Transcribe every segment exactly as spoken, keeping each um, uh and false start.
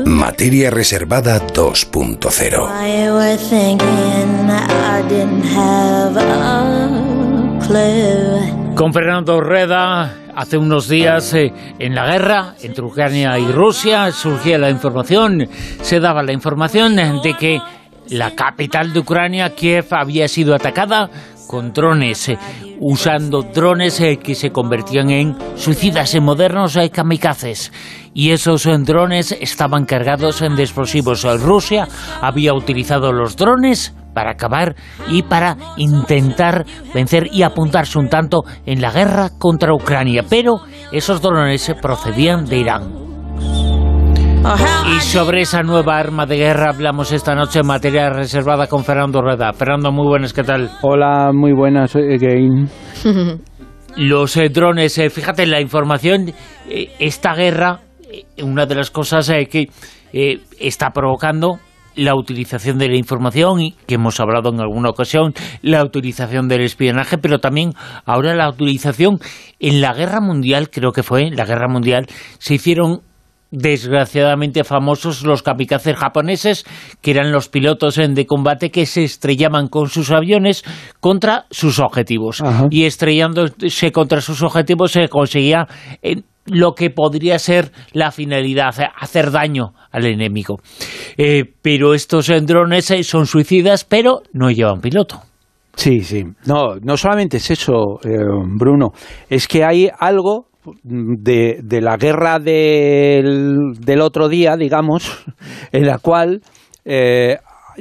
Materia Reservada dos punto cero. Con Fernando Rueda, hace unos días eh, en la guerra entre Ucrania y Rusia surgía la información, se daba la información de que la capital de Ucrania, Kiev, había sido atacada con drones, eh, usando drones eh, que se convertían en suicidas, en modernos eh, kamikazes. Y esos eh, drones estaban cargados en explosivos. Rusia había utilizado los drones para acabar y para intentar vencer y apuntarse un tanto en la guerra contra Ucrania. Pero esos drones eh, procedían de Irán. Y sobre esa nueva arma de guerra hablamos esta noche en Materia Reservada con Fernando Rueda. Fernando, muy buenas, ¿qué tal? Hola, muy buenas, again. Los eh, drones, eh, fíjate, la información, eh, esta guerra, eh, una de las cosas eh, que eh, está provocando la utilización de la información, y que hemos hablado en alguna ocasión, la utilización del espionaje, pero también ahora la utilización en la guerra mundial, creo que fue, en la guerra mundial, se hicieron desgraciadamente famosos los kamikazes japoneses, que eran los pilotos de combate que se estrellaban con sus aviones contra sus objetivos. Ajá. Y estrellándose contra sus objetivos se conseguía eh, lo que podría ser la finalidad, hacer daño al enemigo. Eh, pero estos drones eh, son suicidas, pero no llevan piloto. Sí, sí. No, no solamente es eso, eh, Bruno, es que hay algo De, de la guerra del, del otro día, digamos, en la cual eh,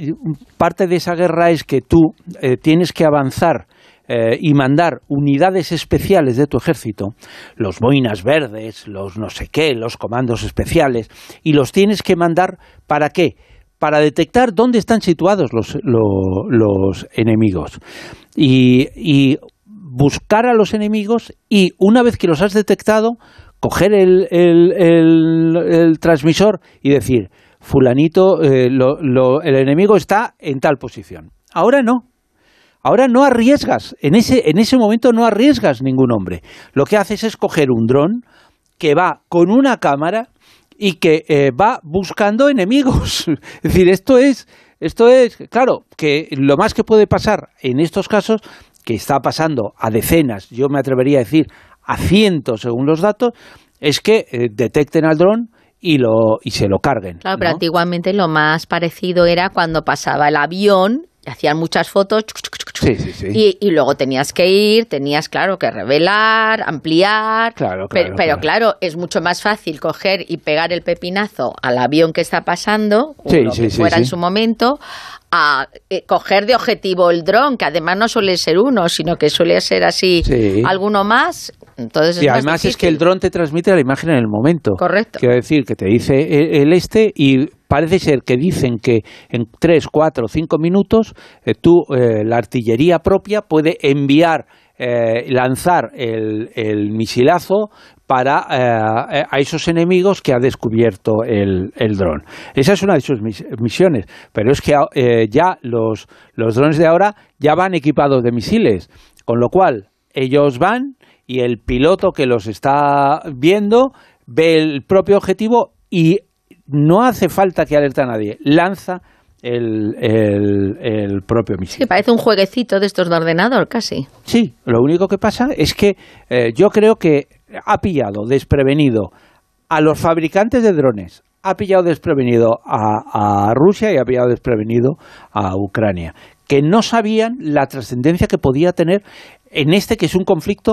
parte de esa guerra es que tú eh, tienes que avanzar eh, y mandar unidades especiales de tu ejército, los boinas verdes, los no sé qué, los comandos especiales, y los tienes que mandar ¿para qué? Para detectar dónde están situados los, los, los enemigos. Y... y buscar a los enemigos y una vez que los has detectado, coger el, el, el, el transmisor y decir, fulanito, eh, lo, lo, el enemigo está en tal posición. Ahora no. Ahora no arriesgas. En ese, en ese momento no arriesgas ningún hombre. Lo que haces es coger un dron que va con una cámara y que eh, va buscando enemigos. Es decir, esto es, esto es, claro, que lo más que puede pasar en estos casos, que está pasando a decenas, yo me atrevería a decir a cientos según los datos, es que eh, detecten al dron y lo y se lo carguen. Claro, ¿no? pero antiguamente lo más parecido era cuando pasaba el avión, hacían muchas fotos, sí, sí, sí. Y, y luego tenías que ir, tenías, claro, que revelar, ampliar, claro, claro, pero, pero claro. claro, es mucho más fácil coger y pegar el pepinazo al avión que está pasando, o sí, lo sí, que sí, fuera sí. en su momento, a eh, coger de objetivo el dron, que además no suele ser uno, sino que suele ser así sí. alguno más. Entonces es y más además difícil. Es que el dron te transmite la imagen en el momento. Correcto. Quiero decir, que te dice el, el este y parece ser que dicen que en tres, cuatro, cinco minutos eh, tú, eh, la artillería propia puede enviar, eh, lanzar el, el misilazo para eh, a esos enemigos que ha descubierto el, el dron. Esa es una de sus mis, misiones, pero es que eh, ya los, los drones de ahora ya van equipados de misiles, con lo cual ellos van y el piloto que los está viendo ve el propio objetivo y no hace falta que alerte a nadie, lanza el, el, el propio misil. Sí, parece un jueguecito de estos de ordenador, casi. Sí, lo único que pasa es que eh, yo creo que ha pillado desprevenido a los fabricantes de drones, ha pillado desprevenido a, a Rusia y ha pillado desprevenido a Ucrania, que no sabían la trascendencia que podía tener en este que es un conflicto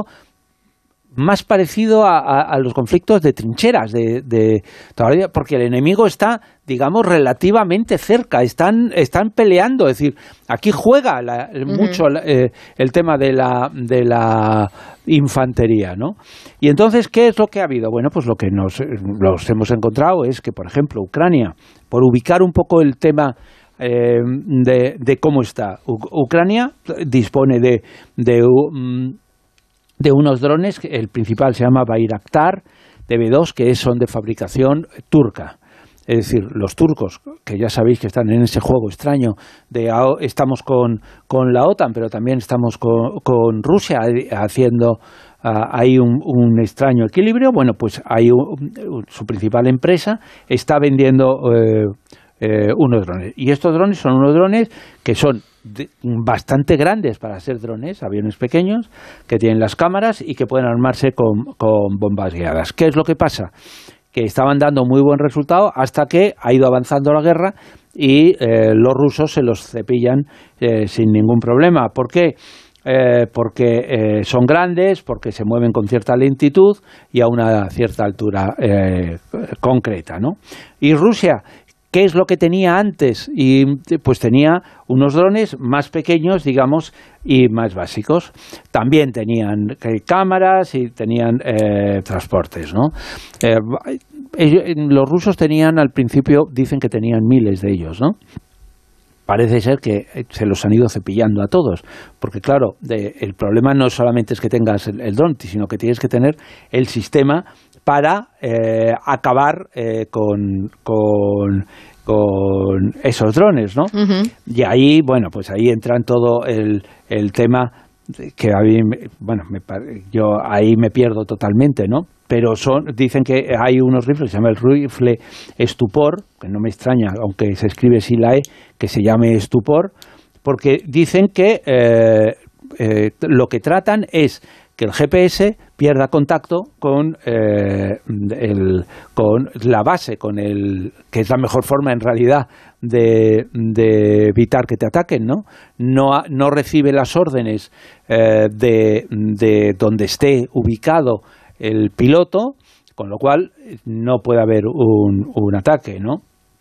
más parecido a, a, a los conflictos de trincheras, de, de todavía, porque el enemigo está, digamos, relativamente cerca, están, están peleando, es decir, aquí juega la, uh-huh. mucho eh, el tema de la, de la infantería, ¿no? Y entonces, ¿qué es lo que ha habido? Bueno, pues lo que nos, nos hemos encontrado es que, por ejemplo, Ucrania, por ubicar un poco el tema eh, de, de cómo está, U- Ucrania dispone de... de um, de unos drones, el principal se llama Bayraktar D B dos, que son de fabricación turca. Es decir, los turcos, que ya sabéis que están en ese juego extraño, de estamos con, con la OTAN, pero también estamos con, con Rusia haciendo, hay un, un extraño equilibrio. Bueno, pues hay un, su principal empresa está vendiendo eh, eh, unos drones. Y estos drones son unos drones que son de, bastante grandes para ser drones, aviones pequeños, que tienen las cámaras y que pueden armarse con, con bombas guiadas. ¿Qué es lo que pasa? Que estaban dando muy buen resultado hasta que ha ido avanzando la guerra y eh, los rusos se los cepillan eh, sin ningún problema. ¿Por qué? Eh, porque eh, son grandes, porque se mueven con cierta lentitud y a una cierta altura eh, concreta, ¿no? Y Rusia, ¿qué es lo que tenía antes? Y pues tenía unos drones más pequeños, digamos, y más básicos. También tenían eh, cámaras y tenían eh, transportes, ¿no? Eh, los rusos tenían, al principio, dicen que tenían miles de ellos, ¿no? Parece ser que se los han ido cepillando a todos, porque claro, de, el problema no solamente es que tengas el, el dron, sino que tienes que tener el sistema para eh, acabar eh, con, con, con esos drones, ¿no? Uh-huh. Y ahí, bueno, pues ahí entra en todo el, el tema que a mí, bueno, me, yo ahí me pierdo totalmente, ¿no? Pero son, dicen que hay unos rifles, se llama el rifle Estupor, que no me extraña, aunque se escribe sin la E, que se llame Estupor, porque dicen que eh, eh, lo que tratan es que el G P S pierda contacto con, eh, el, con la base, con el que es la mejor forma en realidad de, de evitar que te ataquen, ¿no? No, no recibe las órdenes eh, de, de donde esté ubicado el piloto, con lo cual no puede haber un, un ataque, ¿no?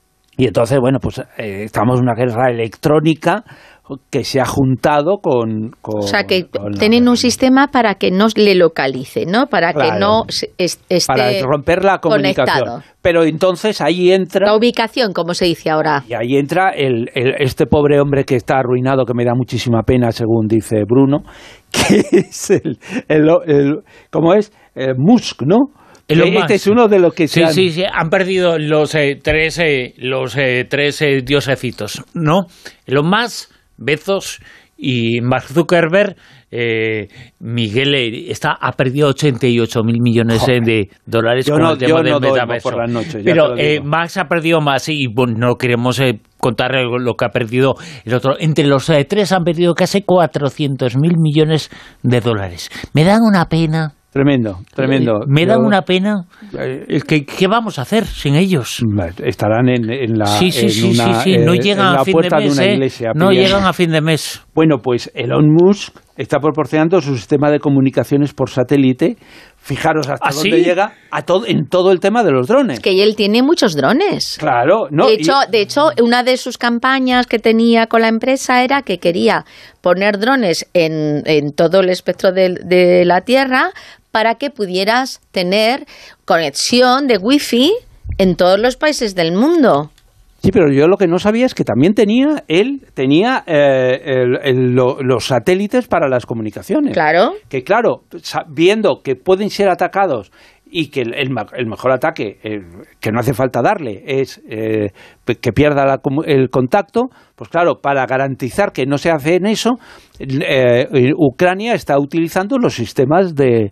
Y entonces, bueno, pues eh, estamos en una guerra electrónica que se ha juntado con... con o sea, que tienen un sistema para que no le localice, ¿no? Para claro, que no est esté para romper la comunicación. Conectado. Pero entonces ahí entra... La ubicación, como se dice ahora. Y ahí entra el, el, este pobre hombre que está arruinado, que me da muchísima pena, según dice Bruno, que es el... el, el ¿cómo es? Eh, Musk, ¿no? Elon este es uno de los que se sí, han... sí, sí, han perdido los eh, tres, eh, los eh, tres eh, diosecitos, ¿no? Elon Musk, Bezos y Mark Zuckerberg. eh, Miguel está, ha perdido ochenta y ocho mil millones eh, de dólares yo con no, el tema yo del no metaverso. Por las noches, pero eh, Max ha perdido más y bueno, no queremos eh, contar lo que ha perdido el otro. Entre los eh, tres han perdido casi cuatrocientos mil millones de dólares. Me dan una pena. Tremendo, tremendo. Me da una pena. ¿Qué, ¿Qué vamos a hacer sin ellos? Estarán en, en la sí, sí, en sí, una, sí, sí. No llegan en a fin de mes, de ¿eh? iglesia, no llegan a fin de mes. Bueno, pues Elon Musk está proporcionando su sistema de comunicaciones por satélite. Fijaros hasta ¿Ah, dónde sí? llega a todo, en todo el tema de los drones. Es que él tiene muchos drones. Claro, no. De hecho, y... de hecho, una de sus campañas que tenía con la empresa era que quería poner drones en, en todo el espectro de, de la Tierra para que pudieras tener conexión de wifi en todos los países del mundo. Sí, pero yo lo que no sabía es que también tenía, él tenía eh, el, el, lo, los satélites para las comunicaciones. Claro. Que claro, viendo que pueden ser atacados y que el, el, el mejor ataque, eh, que no hace falta darle, es eh, que pierda la, el contacto, pues claro, para garantizar que no se hace en eso, eh, Ucrania está utilizando los sistemas de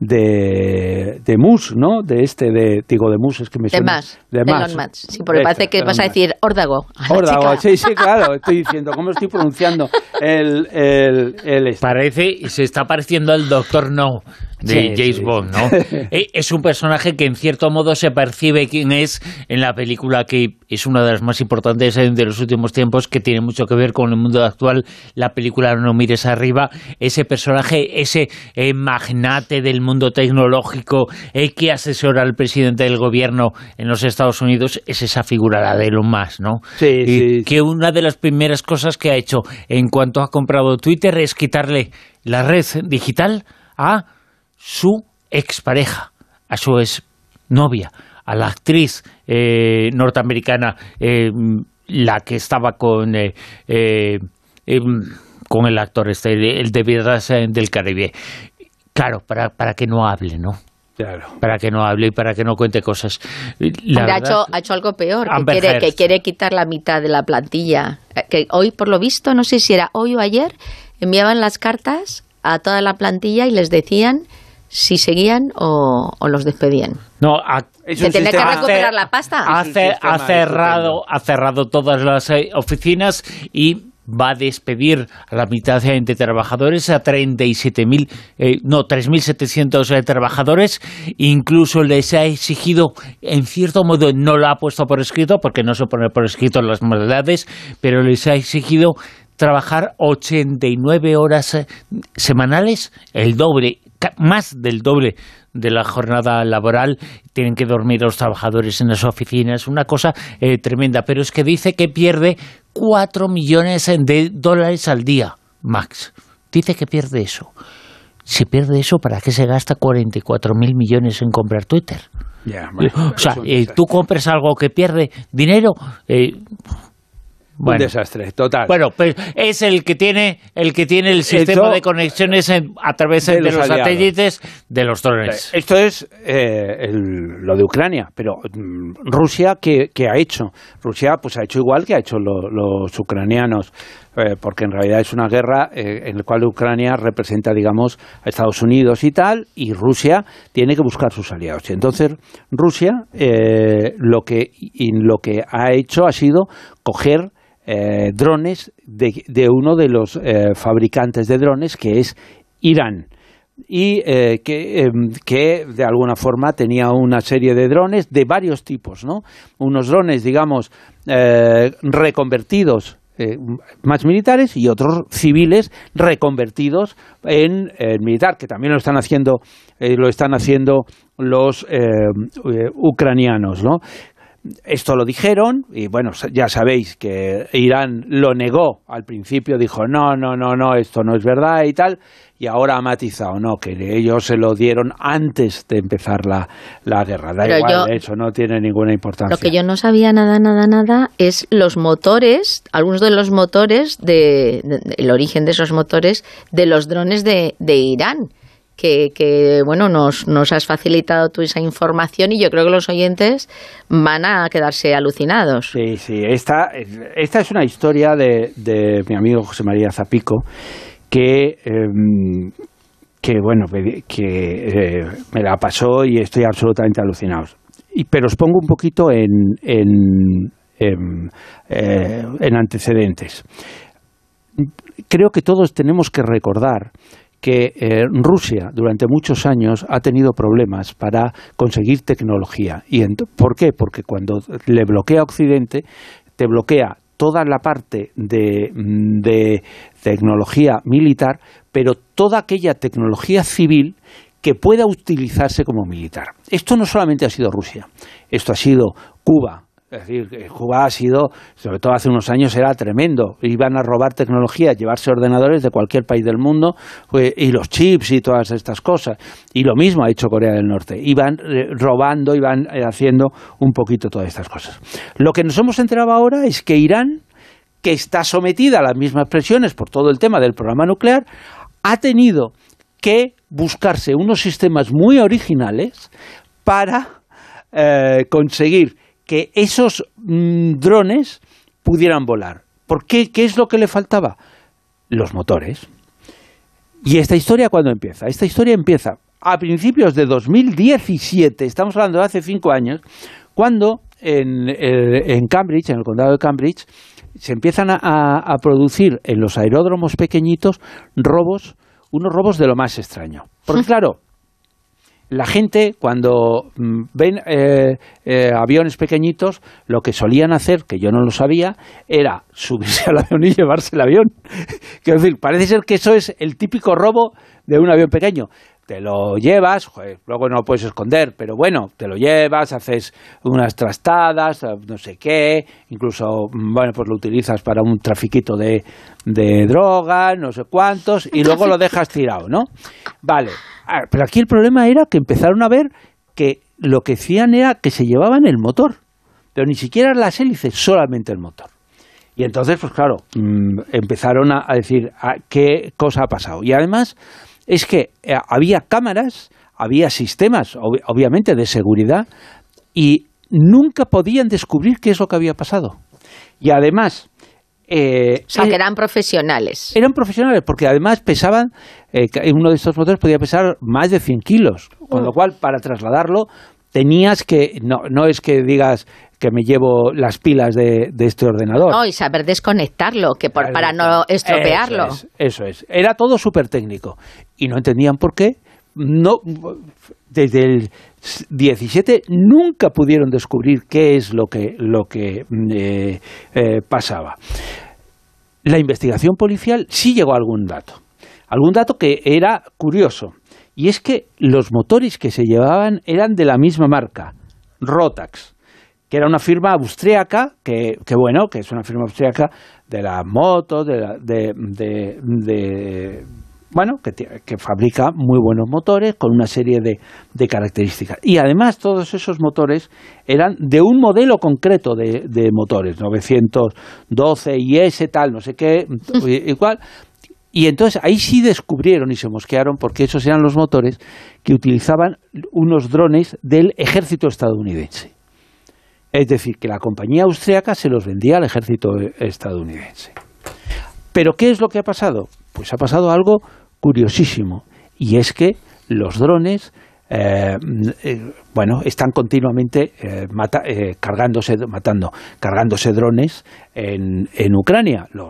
de, de Musk, ¿no? De este, de, digo, de Musk, es que me suena... De Musk, de Elon Musk. Sí, porque Esta, parece que Elon vas a decir órdago. Órdago, sí, sí, claro, estoy diciendo, ¿cómo estoy pronunciando el... el, el este? Parece, y se está pareciendo al Doctor No de sí, James sí. Bond, ¿no? Es un personaje que en cierto modo se percibe quién es en la película, que es una de las más importantes de los últimos tiempos, que tiene mucho que ver con el mundo actual, la película No mires arriba. Ese personaje, ese eh, magnate del mundo tecnológico eh, que asesora al presidente del gobierno en los Estados Unidos, es esa figura, la de Elon Musk, ¿no? Sí, y sí. Que una de las primeras cosas que ha hecho en cuanto ha comprado Twitter es quitarle la red digital a su expareja, a su exnovia, a la actriz eh, norteamericana, eh, la que estaba con eh, eh, eh, con el actor este, el de Piratas del Caribe. Claro, para, para que no hable, ¿no? Claro. Para que no hable y para que no cuente cosas. La ha, verdad, hecho, ha hecho algo peor, que Amber quiere, Heard. que quiere quitar la mitad de la plantilla. Que hoy, por lo visto, no sé si era hoy o ayer, enviaban las cartas a toda la plantilla y les decían si seguían o, o los despedían. No, a, ¿Se tenía que recuperar la pasta? Hace, ha, cerrado, ha cerrado todas las eh, oficinas y va a despedir a la mitad de trabajadores, a treinta y siete mil, eh, no, tres mil setecientos eh, trabajadores. Incluso les ha exigido, en cierto modo, no lo ha puesto por escrito, porque no se pone por escrito las modalidades, pero les ha exigido trabajar ochenta y nueve horas eh, semanales, el doble, más del doble de la jornada laboral. Tienen que dormir los trabajadores en las oficinas, una cosa eh, tremenda. Pero es que dice que pierde cuatro millones de dólares al día, Max. Dice que pierde eso. Si pierde eso, ¿para qué se gasta cuarenta y cuatro mil millones en comprar Twitter? Yeah, bueno, o sea, eh, tú compras algo que pierde dinero... Eh, Bueno, un desastre, total. Bueno, pues es el que tiene el que tiene el sistema Esto, de conexiones en, a través de, de los, los satélites de los drones. Esto es eh, el, lo de Ucrania, pero mm, Rusia, ¿qué, ¿qué ha hecho? Rusia pues ha hecho igual que ha hecho lo, los ucranianos, eh, porque en realidad es una guerra eh, en la cual Ucrania representa, digamos, a Estados Unidos y tal, y Rusia tiene que buscar sus aliados. Y entonces Rusia eh, lo que y lo que ha hecho ha sido coger Eh, drones de, de uno de los eh, fabricantes de drones, que es Irán, y eh, que, eh, que de alguna forma tenía una serie de drones de varios tipos, ¿no? Unos drones, digamos, eh, reconvertidos, eh, más militares, y otros civiles reconvertidos en, en militar, que también lo están haciendo, eh, lo están haciendo los eh, eh, ucranianos, ¿no? Esto lo dijeron y bueno, ya sabéis que Irán lo negó al principio, dijo no, no, no, no, esto no es verdad y tal, y ahora ha matizado, no, que ellos se lo dieron antes de empezar la, la guerra. Da Pero igual, yo, eso no tiene ninguna importancia. Lo que yo no sabía nada, nada, nada es los motores, algunos de los motores, de, de, de el origen de esos motores de los drones de, de Irán. Que, que bueno, nos, nos has facilitado tú esa información y yo creo que los oyentes van a quedarse alucinados. Sí, sí, esta, esta es una historia de, de mi amigo José María Zapico, que, eh, que bueno, que eh, me la pasó y estoy absolutamente alucinado. Y, pero os pongo un poquito en, en, en, eh, en antecedentes. Creo que todos tenemos que recordar que eh, Rusia durante muchos años ha tenido problemas para conseguir tecnología. ¿Y por qué? Porque cuando le bloquea a Occidente, te bloquea toda la parte de, de tecnología militar, pero toda aquella tecnología civil que pueda utilizarse como militar. Esto no solamente ha sido Rusia, esto ha sido Cuba. Es decir, Cuba ha sido, sobre todo hace unos años, era tremendo. Iban a robar tecnología, llevarse ordenadores de cualquier país del mundo, y los chips y todas estas cosas. Y lo mismo ha hecho Corea del Norte. Iban robando, iban haciendo un poquito todas estas cosas. Lo que nos hemos enterado ahora es que Irán, que está sometida a las mismas presiones por todo el tema del programa nuclear, ha tenido que buscarse unos sistemas muy originales para eh, conseguir que esos mmm, drones pudieran volar. ¿Por qué? ¿Qué es lo que le faltaba? Los motores. ¿Y esta historia cuándo empieza? Esta historia empieza a principios de dos mil diecisiete, estamos hablando de hace cinco años, cuando en, en Cambridge, en el condado de Cambridge, se empiezan a, a producir en los aeródromos pequeñitos robos, unos robos de lo más extraño. Porque claro, la gente, cuando mm, ven eh, eh, aviones pequeñitos, lo que solían hacer, que yo no lo sabía, era subirse al avión y llevarse el avión. Quiero decir, parece ser que eso es el típico robo de un avión pequeño. Te lo llevas, joder, luego no lo puedes esconder, pero bueno, te lo llevas, haces unas trastadas, no sé qué, incluso, bueno, pues lo utilizas para un trafiquito de, de droga, no sé cuántos, y luego lo dejas tirado, ¿no? Vale, pero aquí el problema era que empezaron a ver que lo que hacían era que se llevaban el motor, pero ni siquiera las hélices, solamente el motor. Y entonces, pues claro, mmm, empezaron a, a decir a, qué cosa ha pasado. Y además es que eh, había cámaras, había sistemas, ob- obviamente, de seguridad, y nunca podían descubrir qué es lo que había pasado. Y además, Eh, o sea, eh, que eran profesionales. Eran profesionales, porque además pesaban, eh, uno de estos motores podía pesar más de cien kilos, con Uh. lo cual para trasladarlo tenías que, no, no es que digas que me llevo las pilas de, de este ordenador. No, y saber desconectarlo, que por, para no estropearlo. Eso es, eso es. Era todo súper técnico. Y no entendían por qué. No, desde el diecisiete nunca pudieron descubrir qué es lo que, lo que eh, eh, pasaba. La investigación policial sí llegó a algún dato. Algún dato que era curioso. Y es que los motores que se llevaban eran de la misma marca, Rotax, que era una firma austríaca, que, que bueno, que es una firma austríaca de las motos, de, la, de, de, de bueno, que, que fabrica muy buenos motores con una serie de, de características. Y además todos esos motores eran de un modelo concreto de, de motores, novecientos doce I S, tal, no sé qué, igual. Y entonces ahí sí descubrieron y se mosquearon porque esos eran los motores que utilizaban unos drones del ejército estadounidense. Es decir, que la compañía austríaca se los vendía al ejército estadounidense. ¿Pero qué es lo que ha pasado? Pues ha pasado algo curiosísimo, y es que los drones eh, eh, bueno, están continuamente eh, mata, eh, cargándose, matando, cargándose drones en, en Ucrania. Los,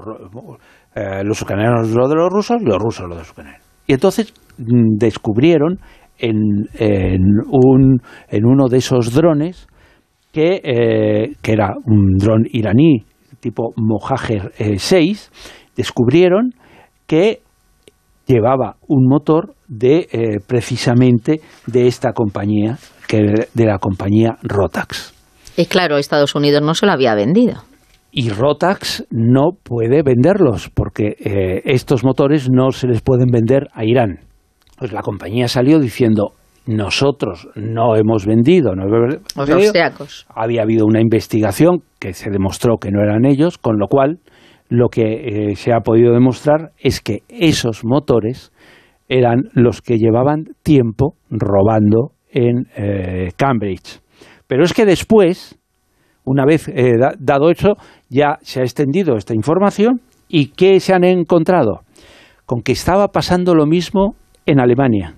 eh, los ucranianos lo de los rusos, los rusos lo de los ucranianos. Y entonces mm, descubrieron en, en, un, en uno de esos drones que, eh, que era un dron iraní tipo Mojager eh, seis, descubrieron que llevaba un motor de eh, precisamente de esta compañía, que de la compañía Rotax. Y claro, Estados Unidos no se lo había vendido. Y Rotax no puede venderlos, porque eh, estos motores no se les pueden vender a Irán. Pues la compañía salió diciendo, nosotros no hemos vendido. No hemos vendido. Los austriacos. Había habido una investigación que se demostró que no eran ellos, con lo cual lo que eh, se ha podido demostrar es que esos motores eran los que llevaban tiempo robando en eh, Cambridge. Pero es que después, una vez eh, da, dado eso, ya se ha extendido esta información. ¿Y qué se han encontrado? Con que estaba pasando lo mismo en Alemania,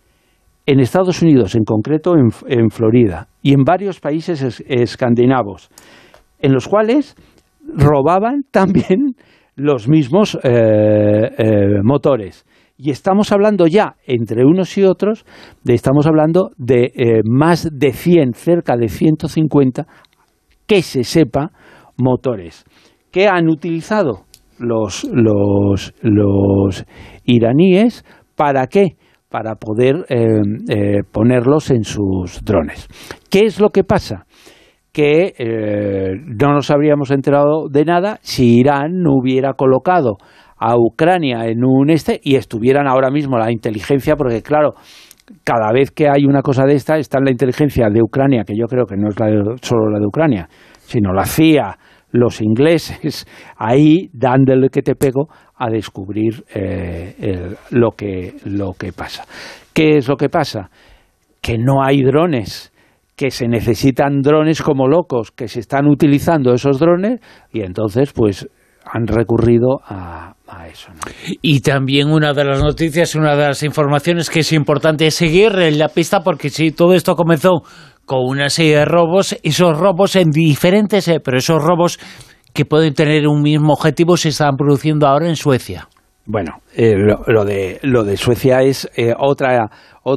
en Estados Unidos, en concreto en, en Florida, y en varios países es, escandinavos, en los cuales robaban también los mismos eh, eh, motores. Y estamos hablando ya, entre unos y otros, de, estamos hablando de eh, más de cien, cerca de ciento cincuenta, que se sepa, motores. ¿Qué han utilizado los, los, los iraníes? ¿Para qué? Para poder eh, eh, ponerlos en sus drones. ¿Qué es lo que pasa? Que eh, no nos habríamos enterado de nada si Irán no hubiera colocado a Ucrania en un este y estuvieran ahora mismo la inteligencia, porque claro, cada vez que hay una cosa de esta, está en la inteligencia de Ucrania, que yo creo que no es la de, solo la de Ucrania, sino la C I A, los ingleses, ahí dándole que te pego a descubrir eh, el, lo, que, lo que pasa. ¿Qué es lo que pasa? Que no hay drones, que se necesitan drones como locos, que se están utilizando esos drones, y entonces pues han recurrido a, a eso, ¿no? Y también una de las noticias, una de las informaciones que es importante es seguir en la pista, porque si todo esto comenzó con una serie de robos, esos robos en diferentes, eh, pero esos robos que pueden tener un mismo objetivo se están produciendo ahora en Suecia. Bueno, eh, lo, lo, de, lo de Suecia es eh, otra,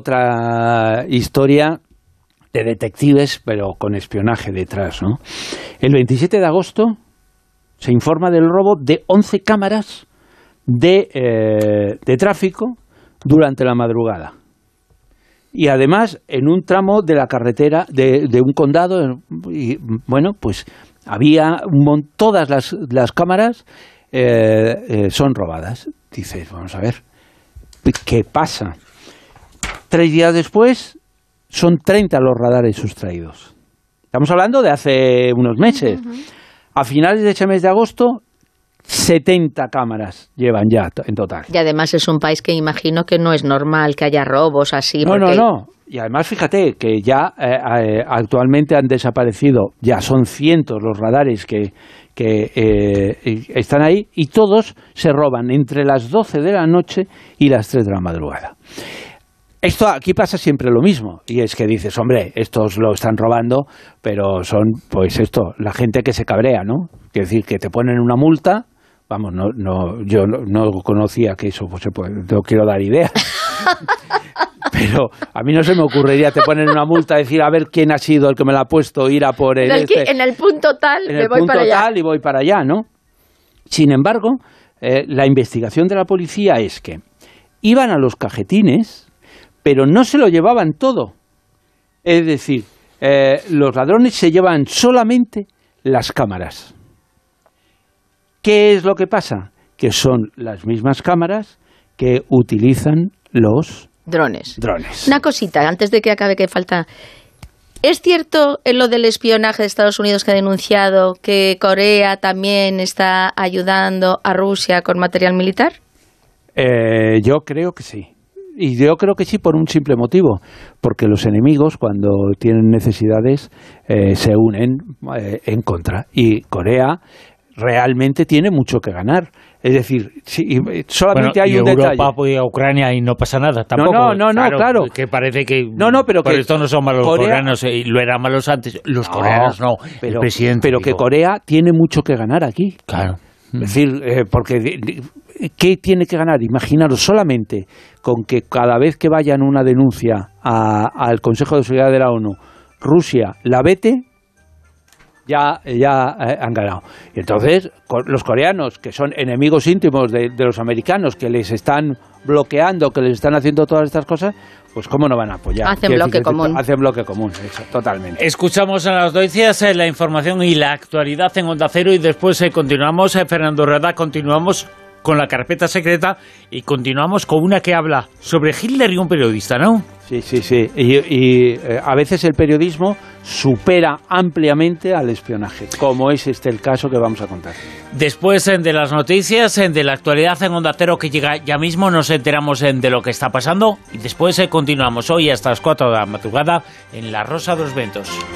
otra historia de detectives, pero con espionaje detrás, ¿no? El veintisiete de agosto se informa del robo de once cámaras de, eh, de tráfico durante la madrugada. Y además en un tramo de la carretera de, de un condado, y bueno, pues había un mon- todas las, las cámaras eh, eh, son robadas. Dices, vamos a ver, ¿qué pasa? Tres días después son treinta los radares sustraídos. Estamos hablando de hace unos meses. Uh-huh. A finales de ese mes de agosto setenta cámaras llevan ya en total. Y además es un país que imagino que no es normal que haya robos así. No, porque... no, no. Y además, fíjate que ya eh, eh, actualmente han desaparecido, ya son cientos los radares que, que eh, están ahí, y todos se roban entre las doce de la noche y las tres de la madrugada. Esto aquí pasa siempre lo mismo, y es que dices, hombre, estos lo están robando, pero son, pues esto, la gente que se cabrea, ¿no? Es decir, que te ponen una multa, vamos, no, no, yo no, no conocía que eso pues, se puede, no quiero dar ideas. Pero a mí no se me ocurriría, te ponen una multa, decir, a ver quién ha sido el que me la ha puesto, ir a por el... En el, este, en el punto tal, en me el voy punto para allá. tal y voy para allá, ¿no? Sin embargo, eh, la investigación de la policía es que iban a los cajetines, pero no se lo llevaban todo. Es decir, eh, los ladrones se llevan solamente las cámaras. ¿Qué es lo que pasa? Que son las mismas cámaras que utilizan los drones. drones. Una cosita, antes de que acabe, que falta... ¿Es cierto en lo del espionaje de Estados Unidos que ha denunciado que Corea también está ayudando a Rusia con material militar? Eh, yo creo que sí. Y yo creo que sí por un simple motivo, porque los enemigos cuando tienen necesidades eh, se unen eh, en contra. Y Corea realmente tiene mucho que ganar. Es decir, si, solamente bueno, hay y un Europa detalle. apoya a Ucrania y no pasa nada tampoco. No, no, no, claro, claro. Que parece que no, no, pero por que esto no son malos Corea, coreanos, y lo eran malos antes. Los no, coreanos no, pero, el presidente. Pero que digo. Corea tiene mucho que ganar aquí. Claro. Es decir, eh, porque ¿qué tiene que ganar? Imaginaros solamente con que cada vez que vayan una denuncia a, al Consejo de Seguridad de la ONU, Rusia la vete, ya, ya eh, han ganado. Y entonces, los coreanos, que son enemigos íntimos de, de los americanos, que les están bloqueando, que les están haciendo todas estas cosas, pues cómo no van a apoyar. Hacen bloque común. Hacen bloque común, eso, totalmente. Escuchamos en las noticias eh, la información y la actualidad en Onda Cero, y después eh, continuamos, eh, Fernando Rueda, continuamos con la carpeta secreta y continuamos con una que habla sobre Hitler y un periodista, ¿no? Sí, sí, sí. Y, y eh, a veces el periodismo supera ampliamente al espionaje, como es este el caso que vamos a contar. Después eh, de las noticias, eh, de la actualidad en Onda Cero que llega ya mismo, nos enteramos eh, de lo que está pasando, y después eh, continuamos hoy hasta las cuatro de la madrugada en La Rosa de los Vientos.